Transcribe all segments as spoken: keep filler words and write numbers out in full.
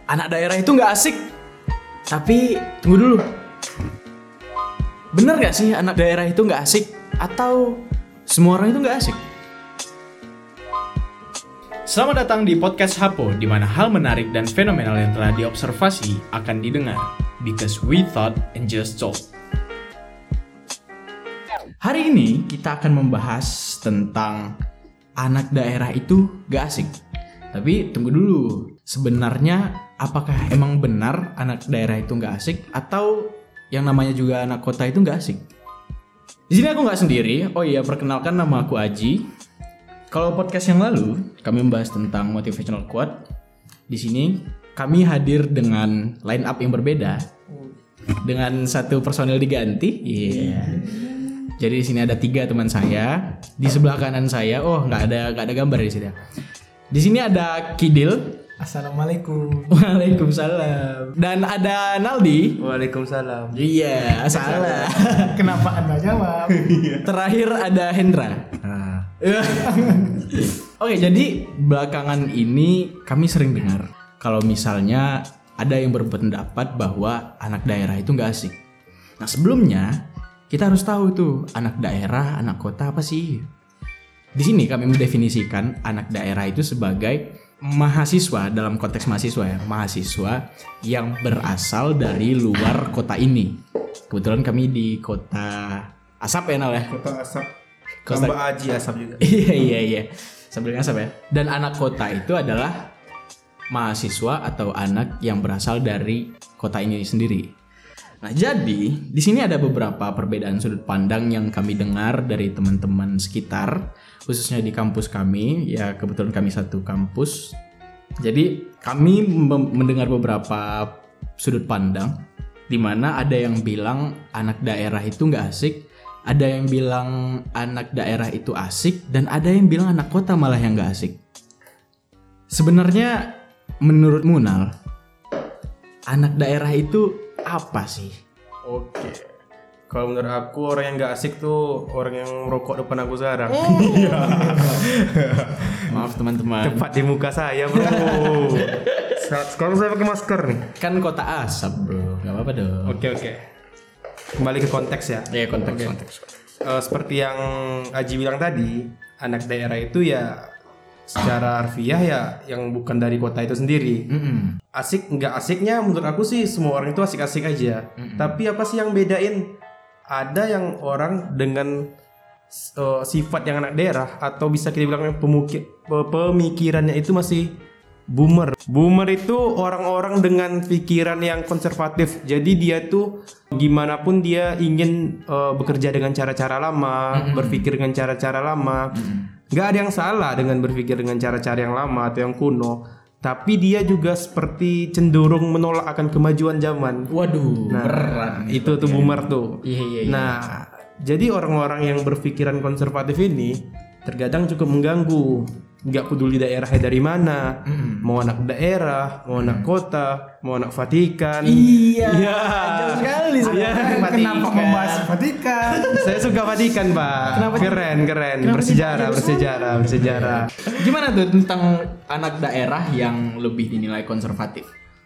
anak daerah itu nggak asik. Tapi tunggu dulu. Bener nggak sih anak daerah itu nggak asik? Atau semua orang itu nggak asik? Selamat datang di podcast Hapo, di mana hal menarik dan fenomenal yang telah diobservasi akan didengar. Because we thought and just told. Hari ini kita akan membahas tentang anak daerah itu gak asik. Tapi tunggu dulu, sebenarnya apakah emang benar anak daerah itu gak asik? Atau yang namanya juga anak kota itu gak asik? Di sini aku gak sendiri. Oh iya, perkenalkan, nama aku Aji. Kalau podcast yang lalu kami membahas tentang motivational quote. Di sini kami hadir dengan line up yang berbeda, dengan satu personil diganti. Iya. Yeah. Jadi di sini ada tiga teman saya. Di sebelah kanan saya, oh nggak ada nggak ada gambar di sini. Di sini ada Kidil. Assalamualaikum. Waalaikumsalam. Dan ada Naldi. Waalaikumsalam. Iya, salah. Kenapa Anda jawab? Terakhir ada Hendra. Nah. Oke, jadi belakangan ini kami sering dengar kalau misalnya ada yang berpendapat bahwa anak daerah itu nggak asik. Nah, sebelumnya kita harus tahu tuh anak daerah, anak kota apa sih? Di sini kami mendefinisikan anak daerah itu sebagai mahasiswa dalam konteks mahasiswa ya, mahasiswa yang berasal dari luar kota ini. Kebetulan kami di kota Asap ya Nal ya. Kota Asap. Kota Tambah Aji Asap juga. Iya iya iya. Sambil Asap ya. Dan anak kota itu adalah mahasiswa atau anak yang berasal dari kota ini sendiri. Nah, jadi di sini ada beberapa perbedaan sudut pandang yang kami dengar dari teman-teman sekitar, khususnya di kampus kami. Ya, kebetulan kami satu kampus. Jadi, kami mem- mendengar beberapa sudut pandang di mana ada yang bilang anak daerah itu nggak asik, ada yang bilang anak daerah itu asik, dan ada yang bilang anak kota malah yang nggak asik. Sebenarnya, menurut Munal, anak daerah itu apa sih? Oke. Kalau menurut aku orang yang gak asik tuh orang yang merokok depan aku sekarang. Maaf teman-teman. Tepat di muka saya, bro. Sekarang saya pakai masker nih. Kan kota asap, bro. Gak apa-apa dong. Oke oke. Kembali ke konteks ya. Ya, konteks, Oke. konteks. Uh, seperti yang Aji bilang tadi, anak daerah itu ya secara harfiah ya yang bukan dari kota itu sendiri. Mm-mm. Asik nggak asiknya menurut aku sih semua orang itu asik-asik aja. Mm-mm. Tapi apa sih yang bedain? Ada yang orang dengan uh, sifat yang anak daerah atau bisa kita bilang pemuki- pe- pemikirannya itu masih boomer. Boomer itu orang-orang dengan pikiran yang konservatif. Jadi dia tuh gimana pun dia ingin uh, bekerja dengan cara-cara lama, Mm-mm. berpikir dengan cara-cara lama. Mm-mm. Gak ada yang salah dengan berpikir dengan cara-cara yang lama atau yang kuno. Tapi dia juga seperti cenderung menolak akan kemajuan zaman. Waduh, Nah, berat. itu tuh boomer tuh. Iya, iya, iya. Nah, jadi orang-orang yang berpikiran konservatif ini terkadang cukup mengganggu. Gak peduli daerahnya dari mana, Mm-mm. mau anak daerah, mau anak kota, mau anak Vatikan. Iya. Iya. Jauh sekali sebenarnya. Kenapa membahas Vatikan? Saya suka Vatikan, Pak. Kenapa? Keren, keren. Kenapa Bersejarah, tidak? bersejarah, bersejarah. Gimana tuh tentang anak daerah yang lebih dinilai konservatif?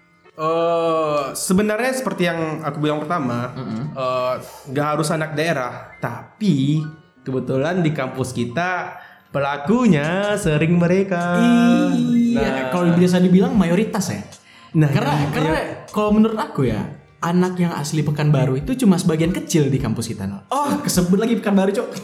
Uh, sebenarnya seperti yang aku bilang pertama, Mm-mm. uh, nggak harus anak daerah, tapi kebetulan di kampus kita pelakunya sering mereka. Iya, kalau biasa dibilang mayoritas ya. Nah, Karena iya. karena kalau menurut aku ya, anak yang asli Pekanbaru itu cuma sebagian kecil di kampus kita. Nol. Oh, kesebut lagi Pekanbaru, Cok.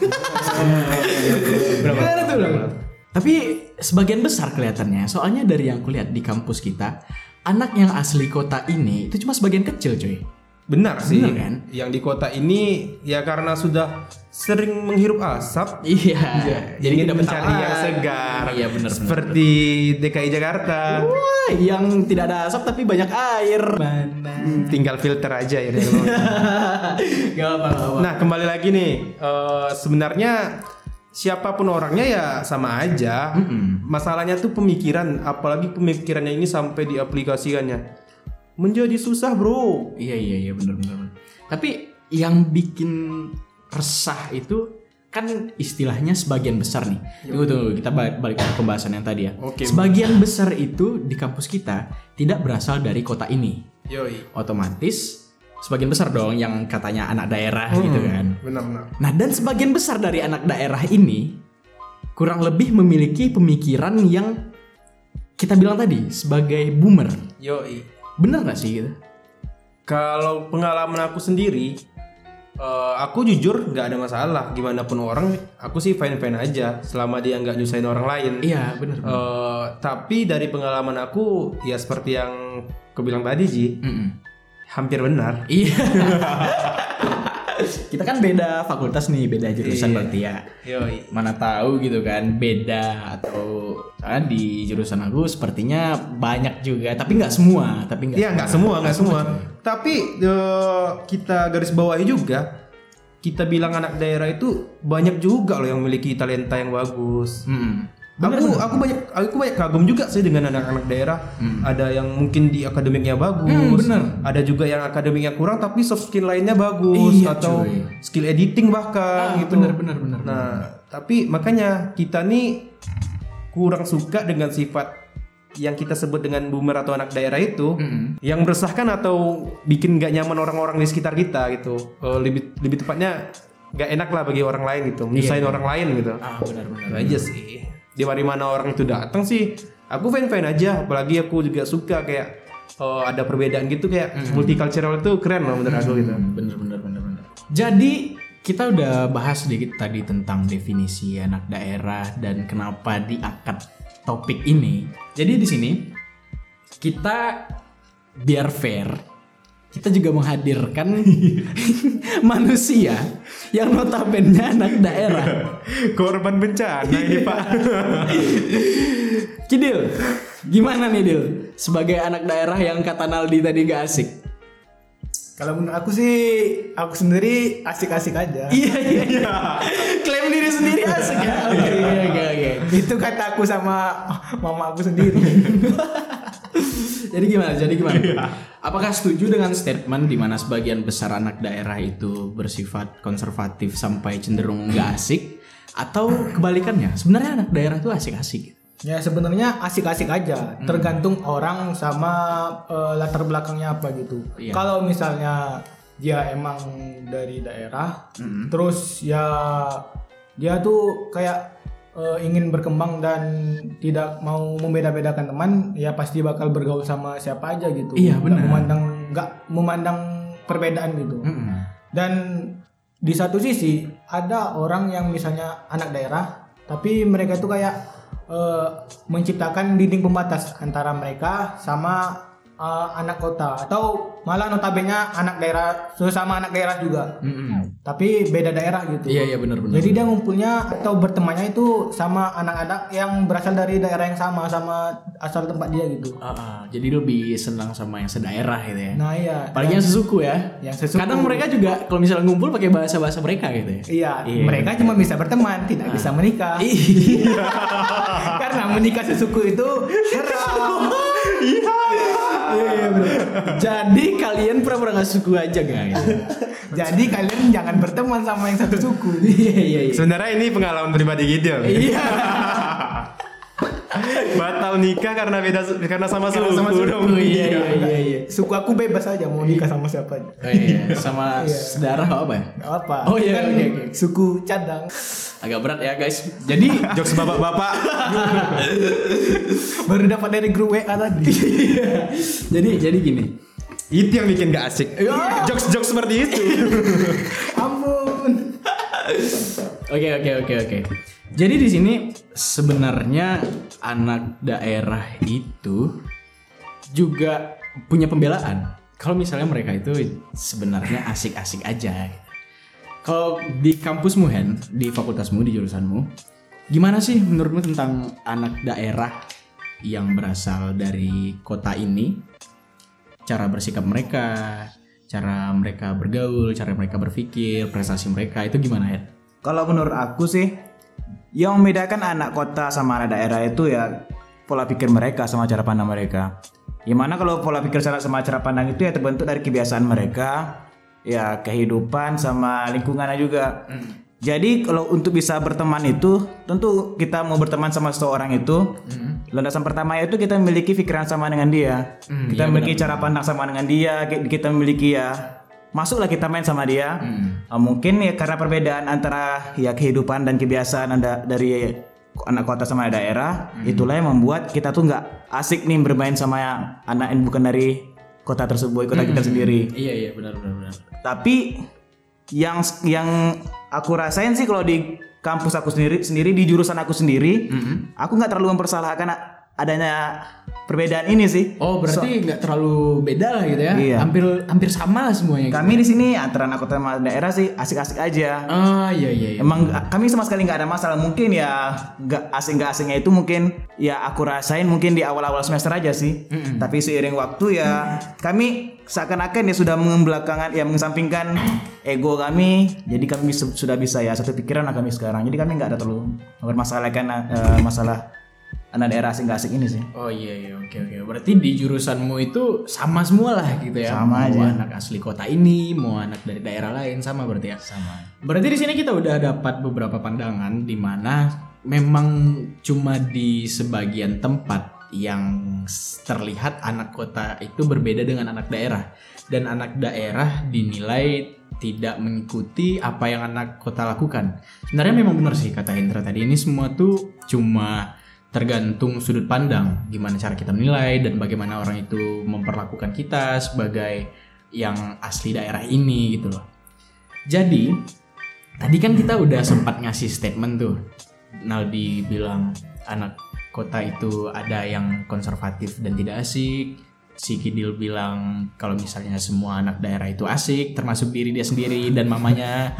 Berapa? Gimana tuh, Bang? Tapi sebagian besar kelihatannya, soalnya dari yang kulihat di kampus kita, anak yang asli kota ini itu cuma sebagian kecil, coy. Benar sih. Benar kan? Yang di kota ini ya karena sudah sering menghirup asap, Iya. jadi tidak mencari betah. yang segar. Iya, benar. Seperti D K I Jakarta. Wah, yang tidak ada asap tapi banyak air. Mana? Hmm, Tinggal filter aja ya. Gak apa-apa. Nah, kembali lagi nih, eh, sebenarnya siapapun orangnya ya sama aja. Mm-mm. Masalahnya tuh pemikiran, apalagi pemikirannya ini sampai diaplikasikannya. Menjadi susah, bro. Iya iya iya benar benar. Tapi yang bikin resah itu kan istilahnya sebagian besar nih. Tunggu tunggu kita balik ke pembahasan yang tadi ya. Oke. Sebagian besar itu di kampus kita tidak berasal dari kota ini. Yoi. Otomatis sebagian besar dong yang katanya anak daerah Hmm, gitu kan. Benar-benar. Nah, dan sebagian besar dari anak daerah ini kurang lebih memiliki pemikiran yang kita bilang tadi sebagai boomer. Yoi. Bener gak sih gitu? Kalau pengalaman aku sendiri, eh, aku jujur nggak ada masalah. Gimana pun orang, aku sih fine fine aja selama dia nggak nyusahin orang lain. Iya bener. Eh, tapi dari pengalaman aku, ya seperti yang aku bilang tadi Ji, Mm-mm. hampir benar. Iya. Kita kan beda fakultas nih, beda jurusan Iya. berarti ya. Yoi. Mana tahu gitu kan beda atau ah, di jurusan aku sepertinya banyak juga, tapi nggak semua, tapi nggak. Iya nggak semua, nggak semua. Tapi eh, kita garis bawahi juga, kita bilang anak daerah itu banyak juga loh yang memiliki talenta yang bagus. Mm-mm. Aku aku banyak aku banyak kagum juga sih dengan anak-anak daerah. Ada yang mungkin di akademiknya bagus, Hmm, bener. ada juga yang akademiknya kurang tapi soft skill lainnya bagus Iya, atau cuy. skill editing bahkan Ah, gitu. bener, bener, bener, Nah, tapi makanya kita nih kurang suka dengan sifat yang kita sebut dengan boomer atau anak daerah itu, Mm-mm. yang meresahkan atau bikin gak nyaman orang-orang di sekitar kita gitu. Eh, lebih lebih tepatnya gak enak lah bagi orang lain gitu, menyusahin orang lain gitu. Ah benar-benar. Itu aja sih. Di mana orang itu datang sih, aku fine-fine aja. Apalagi aku juga suka kayak oh, ada perbedaan gitu kayak multicultural itu keren loh menurut aku gitu. Bener-bener bener-bener. Jadi kita udah bahas sedikit tadi tentang definisi anak daerah dan kenapa diangkat topik ini. Jadi di sini kita biar fair, kita juga menghadirkan manusia yang notabene anak daerah. Korban bencana ini Pak. Kidil, gimana nih Dil? Sebagai anak daerah yang kata Naldi tadi gak asik. Kalau menurut aku sih, aku sendiri asik-asik aja. Iya iya iya. Klaim diri sendiri asik ya. Oke oke oke. Itu kata aku sama mama aku sendiri. Jadi gimana? Jadi gimana? Apakah setuju dengan statement di mana sebagian besar anak daerah itu bersifat konservatif sampai cenderung nggak asik, atau kebalikannya? Sebenarnya anak daerah itu asik-asik. Ya sebenarnya asik-asik aja, tergantung orang sama eh, latar belakangnya apa gitu. Iya. Kalau misalnya dia emang dari daerah, terus ya dia tuh kayak eh, ingin berkembang dan tidak mau membeda-bedakan teman, ya pasti bakal bergaul sama siapa aja gitu. Iya, Nggak benar. memandang nggak memandang perbedaan gitu. Mm-mm. Dan di satu sisi ada orang yang misalnya anak daerah, tapi mereka tuh kayak eh, menciptakan dinding pembatas antara mereka sama eh, anak kota, atau malah notabene anak daerah sesama anak daerah juga, Mm-mm. tapi beda daerah gitu. Iya iya benar-benar. Jadi dia ngumpulnya atau bertemannya itu sama anak-anak yang berasal dari daerah yang sama sama asal tempat dia gitu. Ah, ah. Jadi lebih senang sama yang sedaerah gitu ya. Nah iya. Apalagi yang sesuku ya. Yang sesuku. Kadang mereka juga kalau misalnya ngumpul pakai bahasa-bahasa mereka gitu ya. Iya, Iya. mereka cuma bisa berteman, tidak bisa menikah. Iya. Karena menikah sesuku itu haram. Iya. Iya benar. Jadi kalian pura-pura nggak suku aja guys. Jadi kalian jangan berteman sama yang satu suku. Iya iya iya. Sebenarnya ini pengalaman pribadi gitu. Iya. Batal nikah karena beda karena sama suku, sama suku, dong. Iya iya iya iya. Suku aku bebas aja mau nikah sama siapa aja. Oh, iya. Sama Iya. sedarah apa ya? Gak apa. Oh, iya, Kan oke, oke. Suku cadang. Agak berat ya guys. Jadi Jokes bapak-bapak. Baru dapat dari grup W A tadi. jadi jadi gini. Itu yang bikin gak asik. Jokes-jokes seperti itu. Ampun. Oke oke oke oke. Jadi di sini sebenarnya anak daerah itu juga punya pembelaan. Kalau misalnya mereka itu sebenarnya asik-asik aja. Kalau di kampusmu Hen, di fakultasmu, di jurusanmu, gimana sih menurutmu tentang anak daerah yang berasal dari kota ini? Cara bersikap mereka, cara mereka bergaul, cara mereka berpikir, prestasi mereka itu gimana Hen? Kalau menurut aku sih, yang membedakan anak kota sama anak daerah itu ya pola pikir mereka sama cara pandang mereka. Gimana kalau pola pikir sama cara pandang itu ya terbentuk dari kebiasaan mereka, ya kehidupan sama lingkungannya juga. Jadi kalau untuk bisa berteman itu, tentu kita mau berteman sama seseorang itu, mm. landasan pertama itu kita memiliki pikiran sama dengan dia, mm, kita ya, memiliki benar, cara pandang sama dengan dia, kita memiliki ya, masuklah kita main sama dia. Mm. Uh, mungkin ya karena perbedaan antara ya kehidupan dan kebiasaan anda dari anak kota sama daerah, mm. itulah yang membuat kita tuh nggak asik nih bermain sama anak yang bukan dari kota tersebut, kota mm. kita sendiri. Iya iya benar benar benar. Tapi yang yang aku rasain sih kalau di kampus aku sendiri sendiri di jurusan aku sendiri, mm-hmm. aku nggak terlalu mempersalahkan adanya perbedaan ini sih. Oh berarti nggak so, terlalu beda lah gitu ya? Iya. Hampir hampir sama lah semuanya. Kami gitu. Di sini antara anak kota sama daerah sih asik-asik aja. Ah iya iya. iya. Emang kami sama sekali nggak ada masalah. Mungkin ya nggak asing nggak asingnya itu mungkin ya aku rasain mungkin di awal-awal semester aja sih. Mm-hmm. Tapi seiring waktu ya mm-hmm. kami seakan-akan ya sudah membelakangkan ya mengesampingkan ego kami, jadi kami sudah bisa ya satu pikiran lah kami sekarang. Jadi kami nggak ada terlalu mempermasalahkan uh, masalah anak daerah asing nggak asing ini sih. Oh iya iya oke oke. Berarti di jurusanmu itu sama semua lah gitu ya. Sama mau aja. Anak asli kota ini, mau anak dari daerah lain sama berarti ya. Sama. Berarti di sini kita udah dapat beberapa pandangan di mana memang cuma di sebagian tempat yang terlihat anak kota itu berbeda dengan anak daerah, dan anak daerah dinilai tidak mengikuti apa yang anak kota lakukan. Sebenarnya memang benar sih kata Hendra tadi, ini semua tuh cuma tergantung sudut pandang, gimana cara kita menilai dan bagaimana orang itu memperlakukan kita sebagai yang asli daerah ini gitu loh. Jadi tadi kan kita udah sempat ngasih statement tuh, Naldi bilang anak kota itu ada yang konservatif dan tidak asik. Si Kidil bilang kalau misalnya semua anak daerah itu asik, termasuk diri dia sendiri dan mamanya.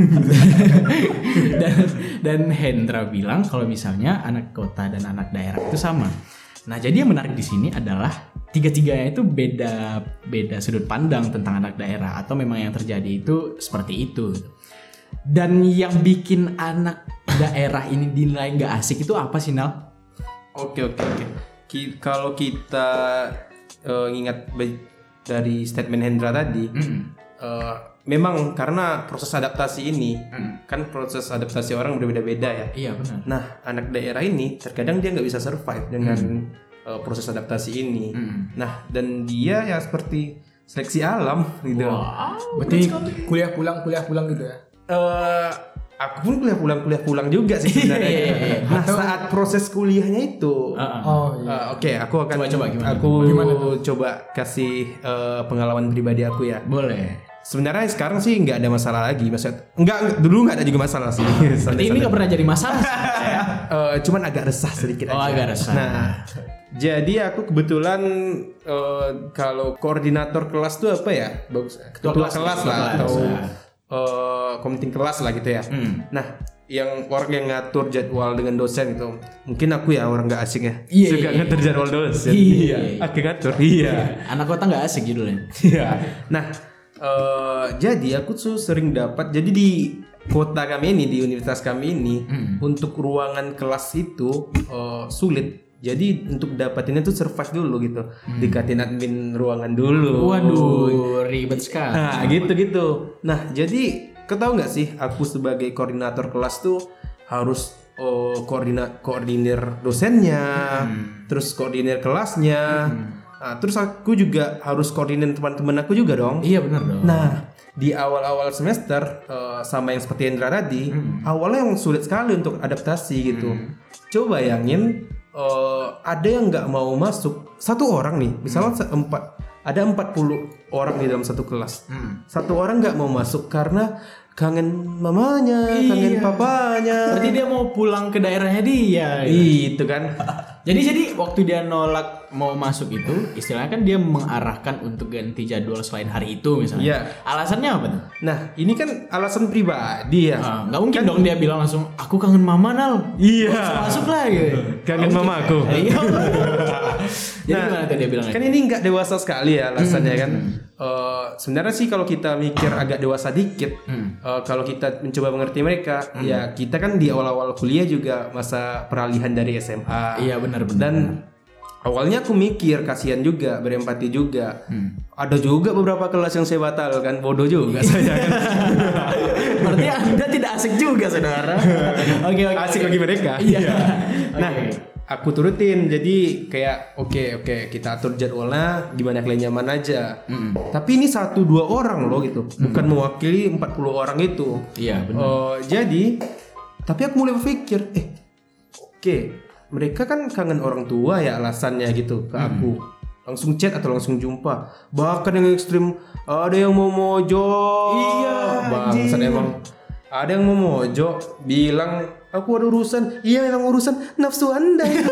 dan, dan Hendra bilang kalau misalnya anak kota dan anak daerah itu sama. Nah, jadi yang menarik di sini adalah tiga-tiganya itu beda beda sudut pandang tentang anak daerah, atau memang yang terjadi itu seperti itu. Dan yang bikin anak daerah ini dinilai nggak asik itu apa sih, Nal? Oke oke oke. Ki- kalau kita uh, ingat be- dari statement Hendra tadi, mm. uh, memang karena proses adaptasi ini, mm. kan proses adaptasi orang berbeda-beda ya. Iya benar. Nah, anak daerah ini terkadang dia nggak bisa survive dengan mm. uh, proses adaptasi ini. Mm. Nah, dan dia ya seperti seleksi alam gitu. Wow. Berarti kuliah pulang kuliah pulang gitu ya? Uh, Aku pun kuliah pulang kuliah pulang juga sih sebenarnya. Nah saat proses kuliahnya itu, uh-uh. oh, iya. uh, oke okay, aku akan coba-coba gimana? Aku gimana coba kasih uh, pengalaman pribadi aku ya. Boleh. Sebenarnya sekarang sih nggak ada masalah lagi, maksud enggak dulu nggak ada juga masalah sih. Berarti ini nggak pernah jadi masalah. uh, cuman agak resah sedikit oh, aja. agak resah. Nah, jadi aku kebetulan uh, kalau koordinator kelas tuh apa ya? Bagus. Ketua, Ketua kelas, kelas lah kelas. Atau Uh, komite kelas lah gitu ya. Hmm. Nah, yang orang yang ngatur jadwal dengan dosen itu, mungkin aku ya orang nggak asik ya. Iya, suka iya, ngatur jadwal dosen. Iya. Aku ngatur. Iya. Anak kota nggak asik judulnya. Iya. Nah, uh, jadi aku tuh sering dapat. Jadi di kota kami ini, di universitas kami ini, hmm. untuk ruangan kelas itu uh, sulit. Jadi untuk dapatinnya tuh survive dulu gitu, hmm. dikatin admin ruangan dulu. Waduh, ribet sekali. Nah gitu-gitu. Nah jadi kau tahu nggak sih, aku sebagai koordinator kelas tuh harus oh, koordinat koordinir dosennya, hmm. terus koordinir kelasnya. Hmm. Nah, terus aku juga harus koordinir teman-teman aku juga dong. Iya benar dong. Nah di awal-awal semester uh, sama yang seperti Hendra tadi, hmm. awalnya yang sulit sekali untuk adaptasi gitu. Hmm. Coba bayangin. Uh, ada yang nggak mau masuk satu orang nih, misalnya hmm. empat ada empat puluh orang di dalam satu kelas, hmm. satu orang nggak mau masuk karena kangen mamanya, iya. kangen papanya. Berarti dia mau pulang ke daerahnya dia. Gitu kan. Jadi jadi waktu dia nolak mau masuk itu, istilahnya kan dia mengarahkan untuk ganti jadwal selain hari itu misalnya. Iya. Alasannya apa tuh? Nah ini kan alasan pribadi ya. Nah, nggak mungkin kan, dong dia bilang langsung aku kangen mama Nal. Iya. Masuk lah gitu. Kangen mama aku. Iya. Jadi nah, gimana tuh dia bilang? Kan ini nggak dewasa sekali ya alasannya hmm. kan. Uh, sebenarnya sih kalau kita mikir agak dewasa dikit, hmm. uh, kalau kita mencoba mengerti mereka, hmm. ya kita kan di awal-awal kuliah juga masa peralihan dari S M A. Iya benar-benar. Dan awalnya aku mikir kasihan juga, berempati juga. Hmm. Ada juga beberapa kelas yang saya batalkan, bodoh juga saya kan. Berarti Anda tidak asik juga, saudara. Oke, oke. Asik bagi mereka. Iya. Nah, aku turutin. Jadi kayak oke okay, oke okay, kita atur jadwalnya gimana kalian nyaman aja. Mm-hmm. Tapi ini satu dua orang loh gitu, bukan mm-hmm. mewakili empat puluh orang itu. Iya benar. Uh, jadi, tapi aku mulai berpikir, eh oke okay, mereka kan kangen orang tua ya alasannya gitu ke aku. Mm-hmm. Langsung chat atau langsung jumpa. Bahkan yang ekstrim ada yang mau mojok. Iya. Bangsat emang. Ada yang mau mojok bilang aku ada urusan. Iya memang urusan nafsu Anda itu.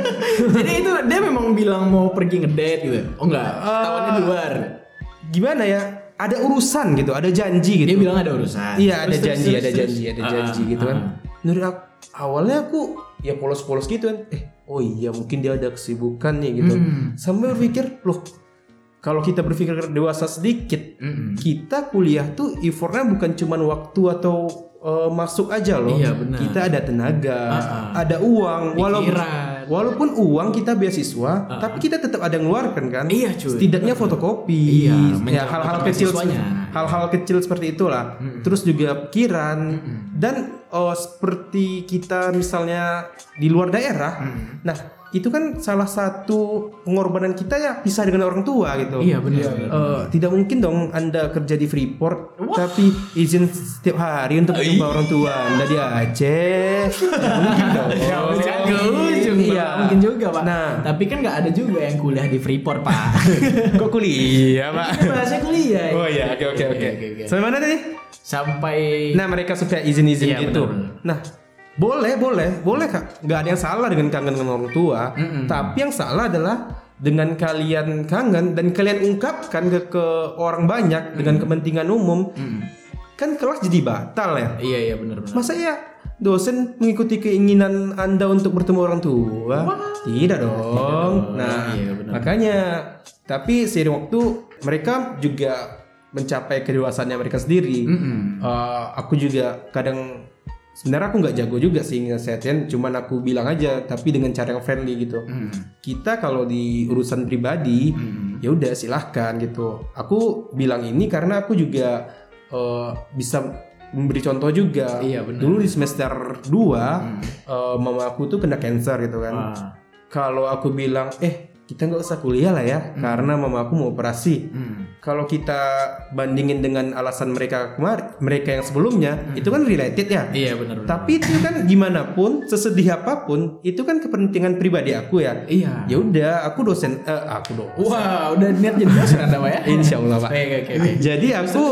Jadi itu dia memang bilang mau pergi ngedate gitu. Oh enggak, uh, tawannya di luar. Gimana ya? Ada urusan gitu, ada janji gitu. Dia bilang ada urusan. Iya, ada terus, janji, terus, ada terus, janji, terus. ada janji uh, gitu kan. Uh. Menurut aku awalnya aku ya polos-polos gitu kan. Eh, oh iya mungkin dia ada kesibukan nih gitu. Hmm. Sampai berpikir, loh kalau kita berpikir dewasa sedikit, mm-hmm. kita kuliah tuh effortnya bukan cuma waktu atau uh, masuk aja loh. Iya, benar. Kita ada tenaga, uh-uh. ada uang, walaupun walaupun uang kita beasiswa, uh-uh. tapi kita tetap ada ngeluarkan kan. Iya, cuy. Setidaknya fotokopi, iya, ya hal-hal kecil, hal-hal kecil seperti itulah. Mm-hmm. Terus juga pikiran mm-hmm. dan uh, seperti kita misalnya di luar daerah, mm-hmm. nah itu kan salah satu pengorbanan kita ya pisah dengan orang tua gitu. Iya benar. Uh, tidak mungkin dong Anda kerja di Freeport Wah. tapi izin setiap hari untuk ketemu orang tua Anda di Aceh. Tidak mungkin dong. Ya, ujung, iya. Mungkin juga Pak. Nah, tapi kan nggak ada juga yang kuliah di Freeport Pak. Kok kuliah Pak? Bahasa kuliah. Oh iya, oke oke oke. Sampai mana tadi? Sampai. Nah mereka suka izin-izin iya, gitu. Benar, benar. Nah. Boleh, boleh, boleh kak. Gak ada yang salah dengan kangen dengan orang tua. Mm-mm. Tapi yang salah adalah dengan kalian kangen dan kalian ungkapkan ke, ke orang banyak mm-mm. dengan kepentingan umum, mm-mm. kan kelas jadi batal ya. Iya iya benar-benar. Masa ya dosen mengikuti keinginan Anda untuk bertemu orang tua? What? Tidak dong. Nah, iya, makanya. Tapi seiring waktu mereka juga mencapai kedewasaannya mereka sendiri. Uh, aku juga kadang sebenarnya aku nggak jago juga sih nasihatin, cuman aku bilang aja tapi dengan cara yang friendly gitu. Mm. Kita kalau di urusan pribadi mm. ya udah silahkan gitu. Aku bilang ini karena aku juga uh, bisa memberi contoh juga. Iya, benar. Dulu di semester dua mm. uh, mama aku tuh kena cancer gitu kan. Ah. Kalau aku bilang eh kita nggak usah kuliah lah ya, hmm. karena mama aku mau operasi. Hmm. Kalau kita bandingin dengan alasan mereka kemarin, mereka yang sebelumnya, hmm. itu kan related ya. Iya benar. Tapi itu kan gimana pun, sesedih apapun, itu kan kepentingan pribadi aku ya. Iya. Ya udah, aku dosen, uh, aku dosen. Wah, udah niat jadi dosen Anda Pak ya? Insya Allah Pak. Oke oke oke. Jadi aku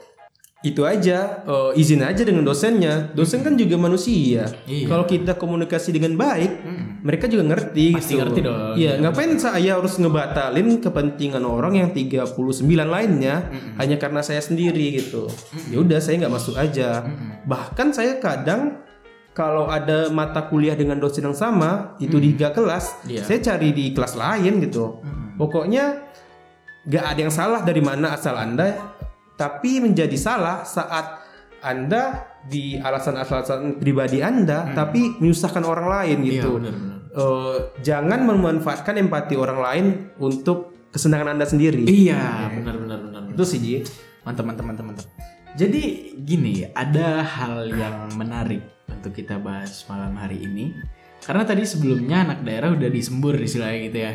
itu aja uh, izin aja dengan dosennya. Dosen kan juga manusia. Iya. Kalau kita komunikasi dengan baik, mm. mereka juga ngerti. Pasti gitu. ngerti dong. Iya, ngapain saya harus ngebatalin kepentingan orang yang tiga puluh sembilan lainnya mm. hanya karena saya sendiri gitu. Mm. Ya udah saya nggak masuk aja. Mm. Bahkan saya kadang kalau ada mata kuliah dengan dosen yang sama itu mm. di tiga kelas, yeah. saya cari di kelas lain gitu. Mm. Pokoknya nggak ada yang salah dari mana asal Anda. Tapi menjadi salah saat Anda di alasan-alasan pribadi Anda, hmm. tapi menyusahkan orang lain gitu. Iya, benar, benar. Uh, jangan memanfaatkan empati orang lain untuk kesenangan Anda sendiri. Iya, benar-benar benar. Itu sih Ji. Mantap, mantap, mantap, mantap. Jadi gini, ada hal yang menarik untuk kita bahas malam hari ini. Karena tadi sebelumnya anak daerah udah disembur istilahnya gitu ya.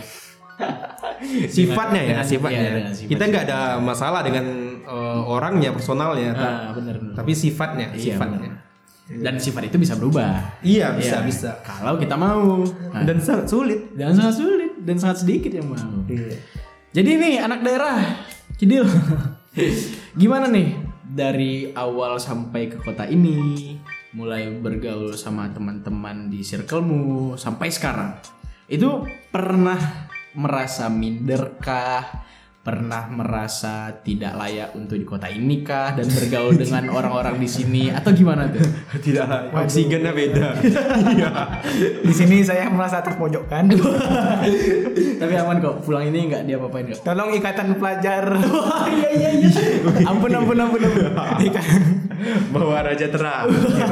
sifatnya ya, dengan, sifatnya. Ya, sifat. Kita nggak ada masalah dengan uh, orangnya, personalnya, ah, benar, benar. tapi sifatnya, iya, sifatnya. Benar. Dan sifat itu bisa berubah. Iya, bisa, ya, bisa. Kalau kita mau. Nah, dan sangat sulit, dan sangat sulit, dan sangat sedikit yang mau. Iya. Jadi nih anak daerah, Cidil, gimana nih dari awal sampai ke kota ini, mulai bergaul sama teman-teman di circlemu sampai sekarang, itu pernah merasa minder kah? pernah merasa tidak layak untuk di kota ini kah dan bergaul dengan orang-orang di sini atau gimana tuh? Tidak lah, oksigennya beda. Di sini saya merasa terpojokkan. Tapi aman kok, pulang ini nggak dia apa-apain kok. Tolong ikatan pelajar. Iya iya iya. Ampun ampun ampun ampun. Bawa raja terang.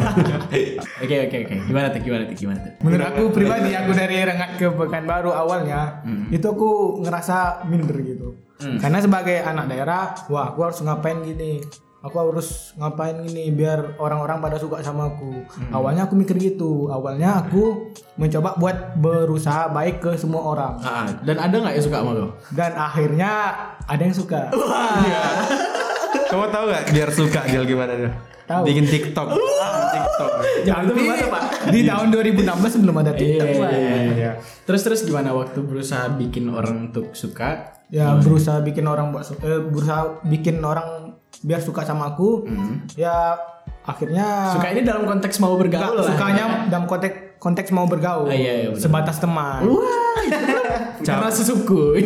Oke oke oke. Gimana tuh gimana tuh gimana tuh? Menurut aku pribadi, aku dari Rengat ke Pekanbaru awalnya Hmm. itu aku ngerasa minder gitu. Hmm. Karena sebagai anak daerah, wah aku harus ngapain gini, aku harus ngapain gini biar orang-orang pada suka sama aku. Hmm. Awalnya aku mikir gitu. Awalnya aku mencoba buat berusaha baik ke semua orang. Ah, dan ada nggak yang suka sama lo? Dan akhirnya ada yang suka. Kamu tahu nggak biar suka dia gimana dia? Tahu. Bikin TikTok. TikTok. Jangan Tapi di tahun dua ribu enam belas belum ada TikTok. Iya, Pak. iya, iya. Terus terus gimana waktu berusaha bikin orang untuk suka? Ya berusaha bikin orang buat su- eh, berusaha bikin orang biar suka sama aku. Hmm. Ya akhirnya Suka ini dalam konteks mau bergaul Enggak, lah. sukanya dalam konteks konteks mau bergaul. Ah, iya, iya, benar. sebatas teman. Wah, karena sesuku.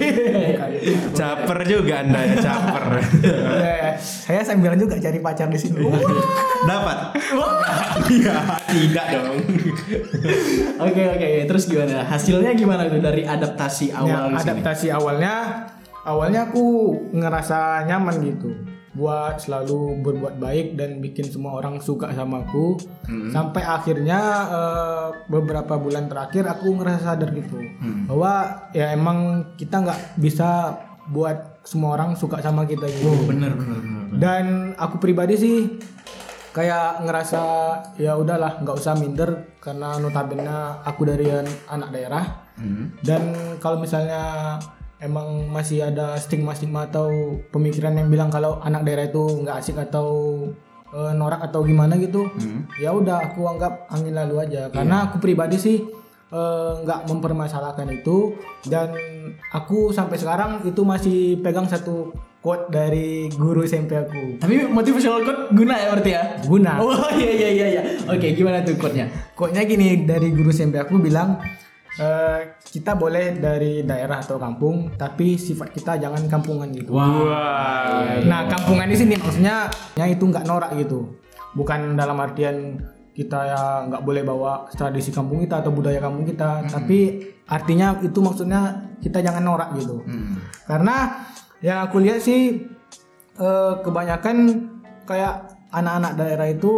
Caper juga Anda ya, caper. Ya, saya sambil juga cari pacar di sini. Dapat? Iya, tidak dong. Oke oke, terus gimana? Hasilnya gimana tuh dari adaptasi Ya, awal di sini? adaptasi awalnya awalnya aku ngerasa nyaman gitu buat selalu berbuat baik dan bikin semua orang suka sama aku. Hmm. Sampai akhirnya eh, beberapa bulan terakhir aku ngerasa sadar gitu Hmm. bahwa ya emang kita nggak bisa buat semua orang suka sama kita gitu. Oh, bener bener bener. bener. Dan aku pribadi sih kayak ngerasa ya udahlah nggak usah minder karena notabene aku dari an- anak daerah. Hmm. Dan kalau misalnya emang masih ada stigma-stigma atau pemikiran yang bilang kalau anak daerah itu nggak asik atau eh, norak atau gimana gitu, Hmm. ya udah aku anggap angin lalu aja. Karena aku pribadi sih eh, nggak mempermasalahkan itu, dan aku sampai sekarang itu masih pegang satu quote dari guru S M P aku. Tapi motivational quote guna ya berarti ya? Guna. Oh iya iya iya iya. Oke, gimana tuh quote-nya? Quote-nya gini, dari guru S M P aku bilang, eh, kita boleh dari daerah atau kampung, tapi sifat kita jangan kampungan gitu. Wah. Nah, kampungan di sini maksudnya ya itu nggak norak gitu. Bukan dalam artian kita ya nggak boleh bawa tradisi kampung kita atau budaya kampung kita, tapi artinya itu maksudnya kita jangan norak gitu. Hmm. Karena yang aku lihat sih eh, kebanyakan kayak anak-anak daerah itu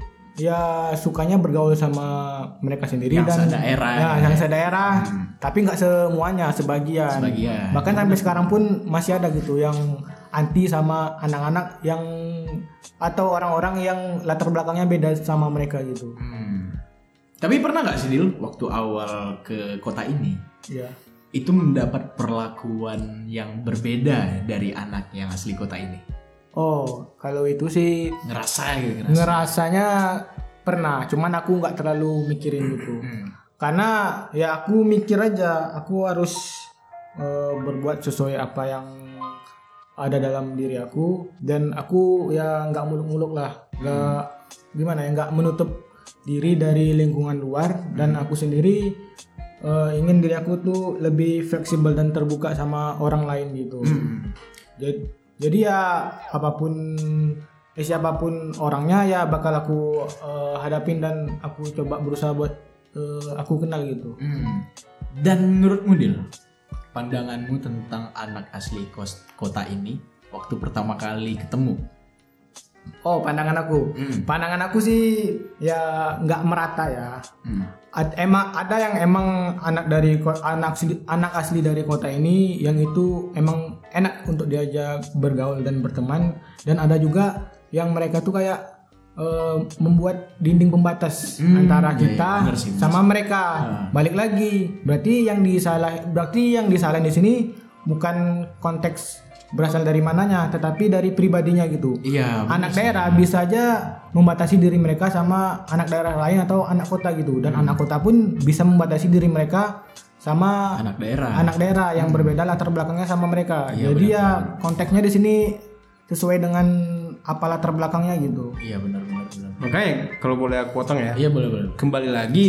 ya sukanya bergaul sama mereka sendiri Yang dan sedaerah. ya, yang sedaerah, tapi nggak semuanya, sebagian. Sebagian. Bahkan sampai sekarang pun masih ada gitu yang anti sama anak-anak yang atau orang-orang yang latar belakangnya beda sama mereka gitu. Hmm. Tapi pernah nggak sih Dil waktu awal ke kota ini Ya. itu mendapat perlakuan yang berbeda dari anak yang asli kota ini? Oh, kalau itu sih Ngerasa gitu ngerasa. ngerasanya pernah, cuman aku nggak terlalu mikirin gitu. Hmm. Karena ya aku mikir aja, aku harus eh, berbuat sesuai apa yang ada dalam diri aku, dan aku ya nggak muluk-muluk lah, nggak gimana ya, nggak menutup diri dari lingkungan luar, dan aku sendiri eh, ingin diri aku tuh lebih fleksibel dan terbuka sama orang lain gitu. Hmm. Jadi, jadi ya apapun eh, siapapun orangnya ya bakal aku eh, hadapin dan aku coba berusaha buat eh, aku kenal gitu. Hmm. Dan menurutmu Dil, pandanganmu tentang anak asli kos- kota ini waktu pertama kali ketemu? Oh, pandangan aku. Hmm. Pandangan aku sih ya nggak merata ya. Hmm. Ad- emang ada yang emang anak dari ko- anak asli, anak asli dari kota ini yang itu emang enak untuk diajak bergaul dan berteman, dan ada juga yang mereka tuh kayak eh, membuat dinding pembatas Hmm, antara iya, kita iya, benar sih, benar sama mereka. Ah. Balik lagi, berarti yang disalah berarti yang disalahin di sini bukan konteks berasal dari mananya, tetapi dari pribadinya gitu. Iya. benar Anak sih. daerah bisa aja membatasi diri mereka sama anak daerah lain atau anak kota gitu, dan Hmm. anak kota pun bisa membatasi diri mereka sama Anak daerah. anak daerah yang berbeda latar belakangnya sama mereka. Iya, Jadi benar, ya konteksnya di sini sesuai dengan apa latar belakangnya gitu. Iya benar benar benar. Makanya kalau boleh aku potong ya. Iya boleh boleh. Kembali lagi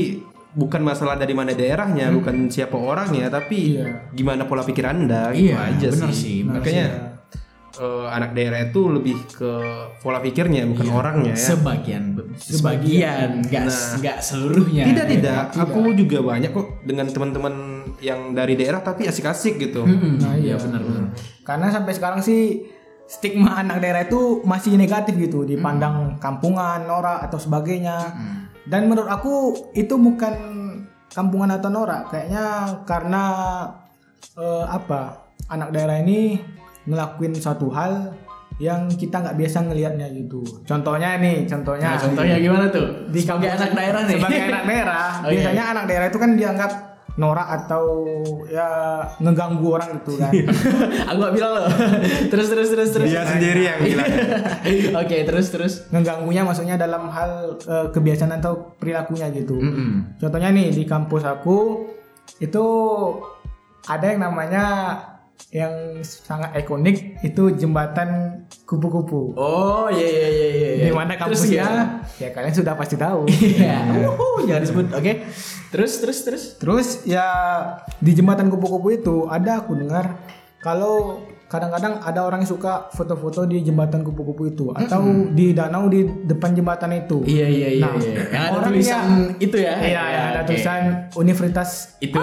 bukan masalah dari mana daerahnya, Hmm. bukan siapa orangnya, tapi Iya. gimana pola pikir Anda gitu Iya, aja benar sih. sih, benar Makanya sih, ya. eh, anak daerah itu lebih ke pola pikirnya bukan Iya. orangnya ya. Sebagian, sebagian, nggak Nah. nggak seluruhnya. Tidak tidak, aku juga banyak kok dengan teman-teman yang dari daerah tapi asik-asik gitu. Mm-mm. Nah, iya iya. benar-benar. Karena sampai sekarang sih stigma anak daerah itu masih negatif gitu, dipandang kampungan, norak atau sebagainya. Dan menurut aku itu bukan kampungan atau norak, kayaknya karena eh, apa? Anak daerah ini ngelakuin suatu hal yang kita nggak biasa ngelihatnya gitu. Contohnya nih, contohnya. Nah, contohnya gimana tuh? Di Sebagai kampus- anak daerah nih. Sebagai anak daerah, Oh, iya, biasanya iya. anak daerah itu kan dianggap norak atau ya ngeganggu orang gitu kan. Aku gak bilang loh. terus terus terus terus. Dia sendiri yang bilang. Oke, terus terus. Ngeganggunya maksudnya dalam hal eh, kebiasaan atau perilakunya gitu. Mm-mm. Contohnya nih di kampus aku itu ada yang namanya yang sangat ikonik itu jembatan kupu-kupu. Oh iya iya iya iya. Di mana Terus kampusnya? gimana? Ya kalian sudah pasti tahu. Iya. Uhuh, jangan disebut. Oke. Terus terus terus. Terus ya di jembatan kupu-kupu itu ada aku dengar kalau kadang-kadang ada orang yang suka foto-foto di jembatan kupu-kupu itu atau di danau di depan jembatan itu. Iya iya iya. Nah, iya. Yang ada orang tulisan yang- itu ya. Iya, yang ada oke. tulisan Universitas. itu.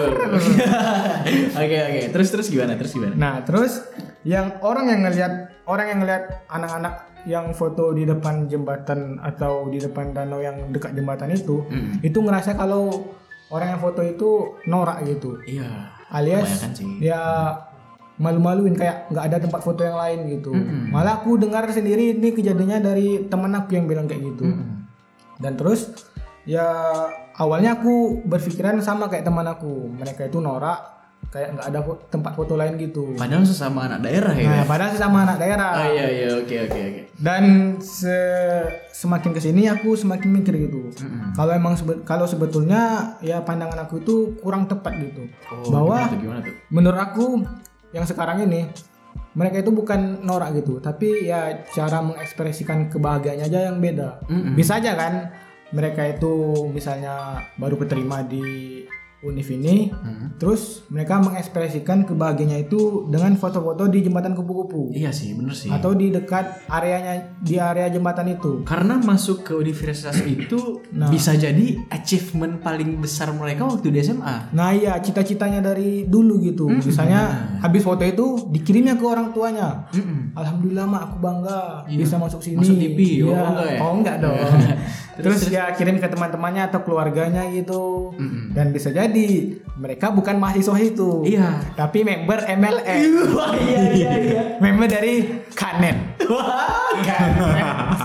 Oke oke. Terus terus gimana? Terus gimana? Nah, terus yang orang yang ngelihat orang yang ngelihat anak-anak yang foto di depan jembatan atau di depan danau yang dekat jembatan itu, Mm. itu ngerasa kalau orang yang foto itu norak gitu. Iya. Alias Kebanyakan sih. dia malu-maluin kayak nggak ada tempat foto yang lain gitu. Mm-mm. Malah aku dengar sendiri ini kejadiannya dari teman aku yang bilang kayak gitu. Mm-mm. Dan terus ya awalnya aku berpikiran sama kayak teman aku, mereka itu norak kayak nggak ada fo- tempat foto lain gitu. Padahal sesama anak daerah ya. Nah, padahal sesama anak daerah. Oh iya iya oke oke oke. Dan se- semakin kesini aku semakin mikir gitu. Mm-mm. Kalau emang sebe- kalau sebetulnya ya pandangan aku itu kurang tepat gitu. Oh, Bahwa gimana tuh, gimana tuh? menurut aku yang sekarang ini mereka itu bukan norak gitu, tapi ya cara mengekspresikan kebahagiaannya aja yang beda. Mm-mm. Bisa aja kan mereka itu misalnya baru keterima di univ ini, Mm. terus mereka mengekspresikan kebahagiaannya itu dengan foto-foto di jembatan kupu-kupu Iya sih bener sih. atau di dekat areanya di area jembatan itu. Karena masuk ke universitas itu Nah. bisa jadi achievement paling besar mereka waktu di S M A. Nah iya cita-citanya dari dulu gitu. Misalnya habis foto itu dikirimnya ke orang tuanya. Mm-mm. Alhamdulillah mak aku bangga Iya. bisa masuk sini. Masuk T V, oh, Iya. enggak ya? Oh enggak dong. Terus, terus, ya kirim ke teman-temannya atau keluarganya gitu. Mm-mm. Dan bisa jadi mereka bukan mahasiswa itu. Iya. Tapi member M L M. Wah iya iya iya. Member dari Kanet. Wah Kanet.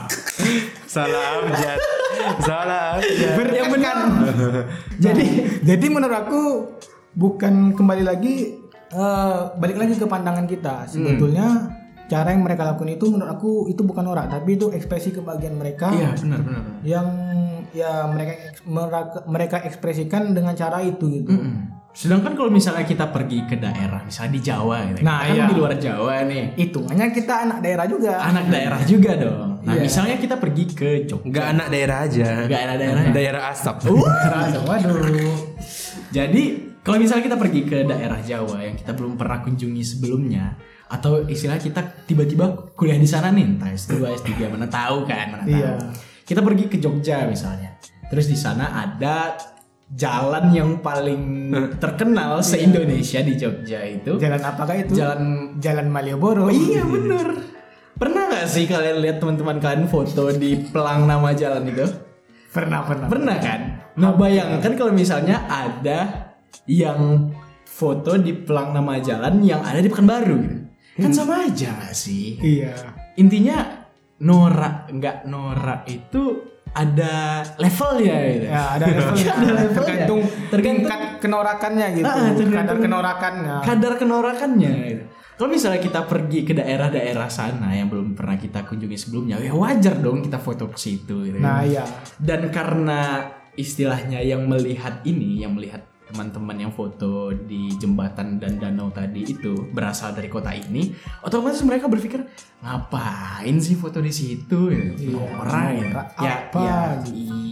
Salah abjad. Salah abjad. Bertekan. jadi jadi menurut aku bukan kembali lagi eh, balik lagi ke pandangan kita. Sebetulnya cara yang mereka lakukan itu menurut aku itu bukan norak, tapi itu ekspresi kebahagiaan mereka. Iya benar benar. Yang ya mereka mereka, mereka ekspresikan dengan cara itu gitu. Mm-mm. Sedangkan kalau misalnya kita pergi ke daerah, misalnya di Jawa gitu. Nah, kita kan iya. di luar Jawa nih. Hitungannya kita anak daerah juga. Anak daerah juga dong. Nah, Iya. misalnya kita pergi ke Jogja. Enggak anak daerah aja. Enggak anak daerah ya? Daerah asap. Rasa, waduh. Jadi kalau misalnya kita pergi ke daerah Jawa yang kita belum pernah kunjungi sebelumnya, atau istilah kita tiba-tiba kuliah di sana nih, entah S dua, S tiga, mana tahu kan, mana tahu. Iya. Kita pergi ke Jogja misalnya. Terus di sana ada jalan yang paling terkenal se-Indonesia di Jogja itu. Jalan apakah itu? Jalan Jalan Malioboro. Oh iya bener. Pernah gak sih kalian lihat teman-teman kalian foto di pelang nama jalan itu? Pernah, pernah. Pernah kan? Nah bayangkan kalau misalnya ada yang foto di pelang nama jalan yang ada di Pekanbaru gitu. Kan sama aja gak sih? Iya. Intinya norak nggak norak itu ada levelnya gitu. Ya, ada levelnya. Ada levelnya. Tergantung Tergantung- tingkat kenorakannya gitu. Ah, tergantung- Kadar kenorakannya. Kadar kenorakannya gitu. Kalau misalnya kita pergi ke daerah-daerah sana yang belum pernah kita kunjungi sebelumnya, ya wajar dong kita foto ke situ gitu. Nah, iya. Dan karena istilahnya yang melihat ini, yang melihat teman-teman yang foto di jembatan dan danau tadi itu berasal dari kota ini, otomatis mereka berpikir ngapain sih foto di situ? Gitu. Iya, Norak, gitu. norak Ya, apa ya, gitu.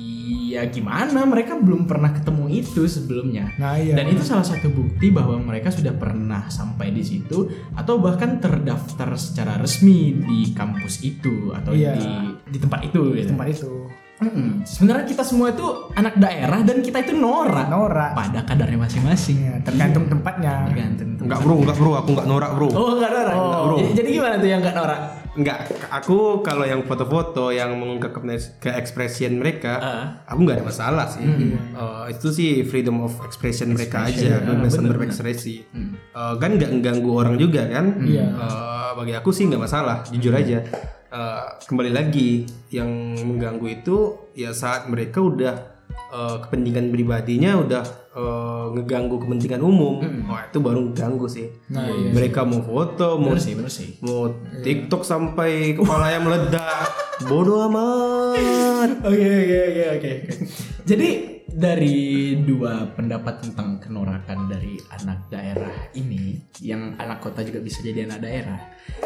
ya gimana, mereka belum pernah ketemu itu sebelumnya. Nah, iya. Dan itu salah satu bukti bahwa mereka sudah pernah sampai di situ atau bahkan terdaftar secara resmi di kampus itu atau Iya. di di tempat itu gitu. Tempat itu. Mm-mm. Sebenarnya kita semua itu anak daerah dan kita itu norak. Norak. Pada kadarnya masing-masing. Ya, tergantung tempatnya. Tergantung. Enggak bro, enggak bro, aku enggak norak bro. Oh, enggak norak. Oh. Jadi, jadi gimana tuh yang enggak norak? Enggak, aku kalau yang foto-foto yang mengungkapkan ke expression mereka, Ah. aku nggak ada masalah sih. Eh, itu sih freedom of expression mereka aja, kebebasan berekspresi. Eh, kan nggak mengganggu orang juga kan? Iya. Eh, bagi aku sih nggak masalah, jujur aja. Eh, kembali lagi, yang mengganggu itu ya saat mereka udah eh, kepentingan pribadinya udah eh, ngeganggu kepentingan umum, wah itu baru ganggu sih. Nah, iya. Mereka mau foto, mau Bener sih, bener sih. mau TikTok sampai kepala yang meledak, bodoh amat. Oke oke oke oke. Jadi dari dua pendapat tentang kenorakan dari anak daerah ini, yang anak kota juga bisa jadi anak daerah,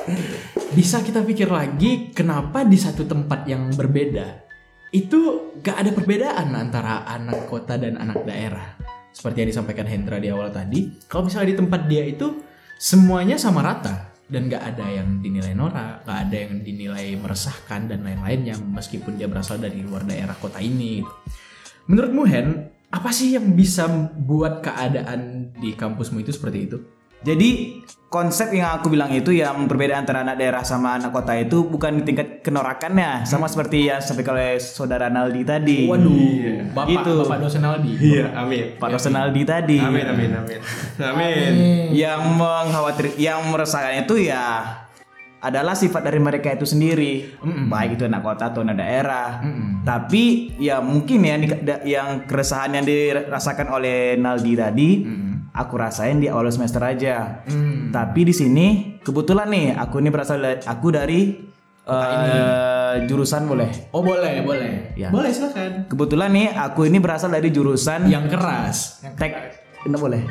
bisa kita pikir lagi kenapa di satu tempat yang berbeda itu gak ada perbedaan antara anak kota dan anak daerah. Seperti yang disampaikan Hendra di awal tadi, kalau misalnya di tempat dia itu semuanya sama rata dan gak ada yang dinilai norak, gak ada yang dinilai meresahkan dan lain-lainnya meskipun dia berasal dari luar daerah kota ini. Menurutmu Hen, apa sih yang bisa buat keadaan di kampusmu itu seperti itu? Jadi konsep yang aku bilang itu yang berbeda antara anak daerah sama anak kota itu bukan di tingkat kenorakannya, sama seperti yang disampaikan oleh saudara Naldi tadi. Waduh, bapak Gitu. bapak dosen Aldi. Iya, amin. Pak dosen Naldi tadi. Amin, amin, amin. Amin. Yang mengkhawatir, yang meresahkan itu ya adalah sifat dari mereka itu sendiri, baik itu anak kota atau anak daerah. Tapi ya mungkin ya di- da- yang keresahan yang dirasakan oleh Naldi tadi, aku rasain di awal semester aja. Tapi di sini kebetulan nih aku ini berasal dari, aku dari eh, jurusan boleh. Oh boleh, boleh. Ya. Boleh silakan. Kebetulan nih aku ini berasal dari jurusan Yang keras. tek. Nggak boleh.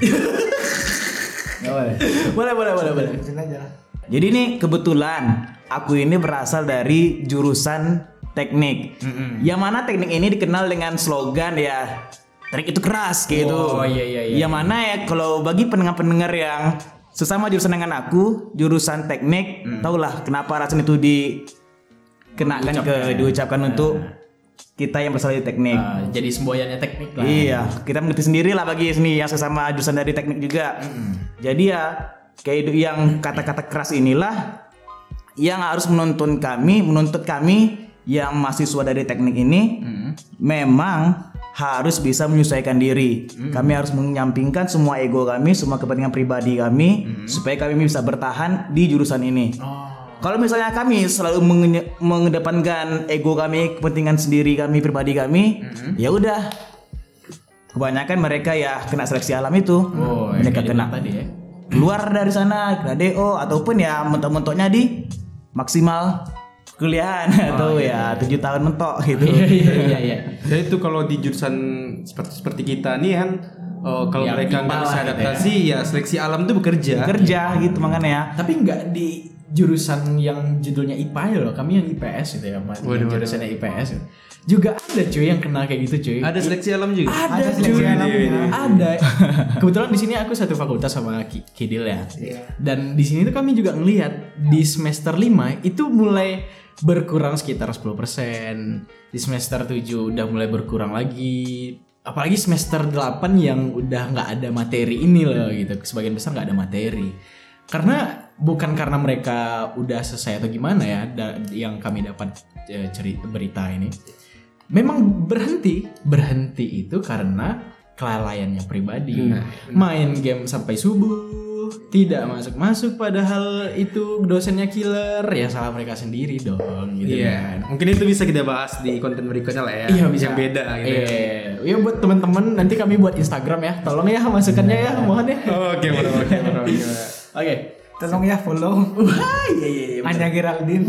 Nggak boleh. Boleh, boleh, boleh, boleh. Ikutin aja. Jadi nih kebetulan aku ini berasal dari jurusan teknik. Yang mana teknik ini dikenal dengan slogan ya teknik itu keras gitu. Oh, iya, iya, iya. Yang mana ya kalau bagi pendengar-pendengar yang sesama jurusan dengan aku, jurusan teknik, tahulah kenapa rasanya itu dikenakan ke diucapkan untuk kita yang berasal dari teknik. Ah, jadi semboyannya teknik lah. Iya, kita mengerti sendiri lah bagi sini yang sesama jurusan dari teknik juga. Jadi ya kayak itu yang kata-kata keras inilah yang harus menuntun kami, menuntut kami yang mahasiswa dari teknik ini memang harus bisa menyesuaikan diri. Kami harus menyampingkan semua ego kami, semua kepentingan pribadi kami supaya kami bisa bertahan di jurusan ini. Kalau misalnya kami selalu mengenye- mengedepankan ego kami, kepentingan sendiri kami, pribadi kami, ya udah. Kebanyakan mereka ya kena seleksi alam itu. Oh, yang mereka kayak kena dibilang tadi ya. keluar dari sana, kena D O ataupun ya mentok-mentoknya di maksimal kuliahan atau ya tujuh tahun mentok gitu. Iya, iya, iya, iya. Jadi itu kalau di jurusan seperti seperti kita nih kan, eh, kalau Yang mereka I P A nggak lah bisa gitu adaptasi ya seleksi alam itu bekerja. Kerja gitu makanya. Tapi nggak di jurusan yang judulnya I P A ya loh. Kami yang I P S gitu ya, Mas. Waduh, waduh. Jurusannya I P S. Gitu. Juga ada cuy yang kenal kayak gitu cuy. Ada seleksi alam juga. Ada, Ada seleksi cuy. alamnya. Ada. Kebetulan di sini aku satu fakultas sama Ki- Kidil ya. Dan di sini tuh kami juga ngelihat di semester lima itu mulai berkurang sekitar sepuluh persen. Di semester tujuh udah mulai berkurang lagi. Apalagi semester delapan yang udah nggak ada materi ini loh gitu. Sebagian besar nggak ada materi. Karena bukan karena mereka udah selesai atau gimana ya da- yang kami dapat eh, cerita berita ini. Memang berhenti, berhenti itu karena kelalaiannya pribadi. Main game sampai subuh, tidak masuk-masuk padahal itu dosennya killer, ya salah mereka sendiri dong gitu Iya. kan. Mungkin itu bisa kita bahas di konten berikutnya lah ya. Iya bisa Yang beda gitu. ya. Iya, ya buat teman-teman nanti kami buat Instagram ya. Tolong ya masukannya ya, mohon ya. Oke, oke, oke, oke. Oke. Tolong ya follow Wah, iya iya iya. Anya Geraldine.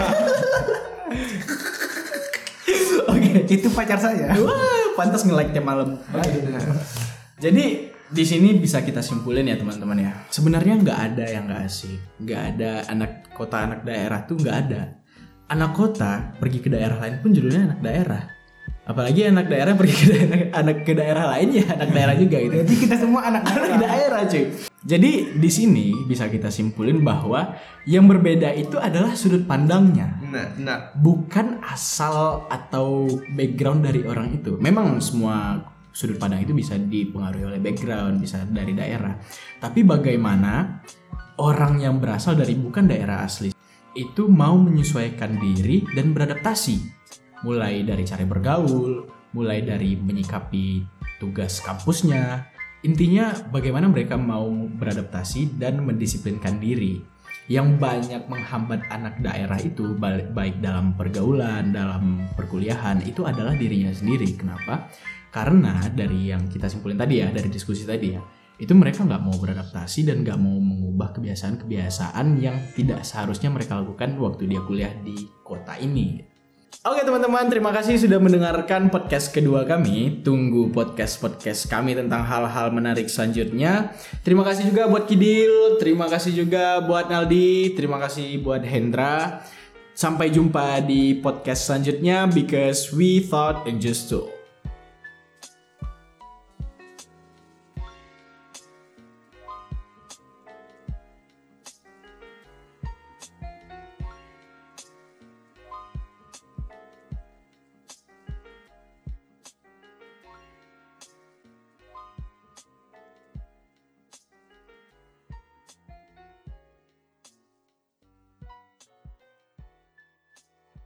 Oke. Itu pacar saya. Wah, pantas nge-like-nya malam. Jadi di sini bisa kita simpulin ya teman-teman ya. Sebenarnya nggak ada yang nggak asik, nggak ada anak kota anak daerah tuh nggak ada. Anak kota pergi ke daerah lain pun judulnya anak daerah. Apalagi anak daerah pergi ke daerah, anak ke daerah lain ya anak daerah juga gitu. Jadi kita semua anak Anak daerah cuy. Jadi di sini bisa kita simpulin bahwa yang berbeda itu adalah sudut pandangnya. Nah, nah. Bukan asal atau background dari orang itu. Memang semua sudut pandang itu bisa dipengaruhi oleh background, bisa dari daerah. Tapi bagaimana orang yang berasal dari bukan daerah asli itu mau menyesuaikan diri dan beradaptasi. Mulai dari cara bergaul, mulai dari menyikapi tugas kampusnya. Intinya bagaimana mereka mau beradaptasi dan mendisiplinkan diri. Yang banyak menghambat anak daerah itu baik dalam pergaulan, dalam perkuliahan itu adalah dirinya sendiri. Kenapa? Karena dari yang kita simpulin tadi ya, dari diskusi tadi ya, itu mereka nggak mau beradaptasi dan nggak mau mengubah kebiasaan-kebiasaan yang tidak seharusnya mereka lakukan waktu dia kuliah di kota ini. Oke teman-teman, terima kasih sudah mendengarkan podcast kedua kami. Tunggu podcast-podcast kami tentang hal-hal menarik selanjutnya. Terima kasih juga buat Kidil, terima kasih juga buat Naldi, terima kasih buat Hendra. Sampai jumpa di podcast selanjutnya because we thought and just do.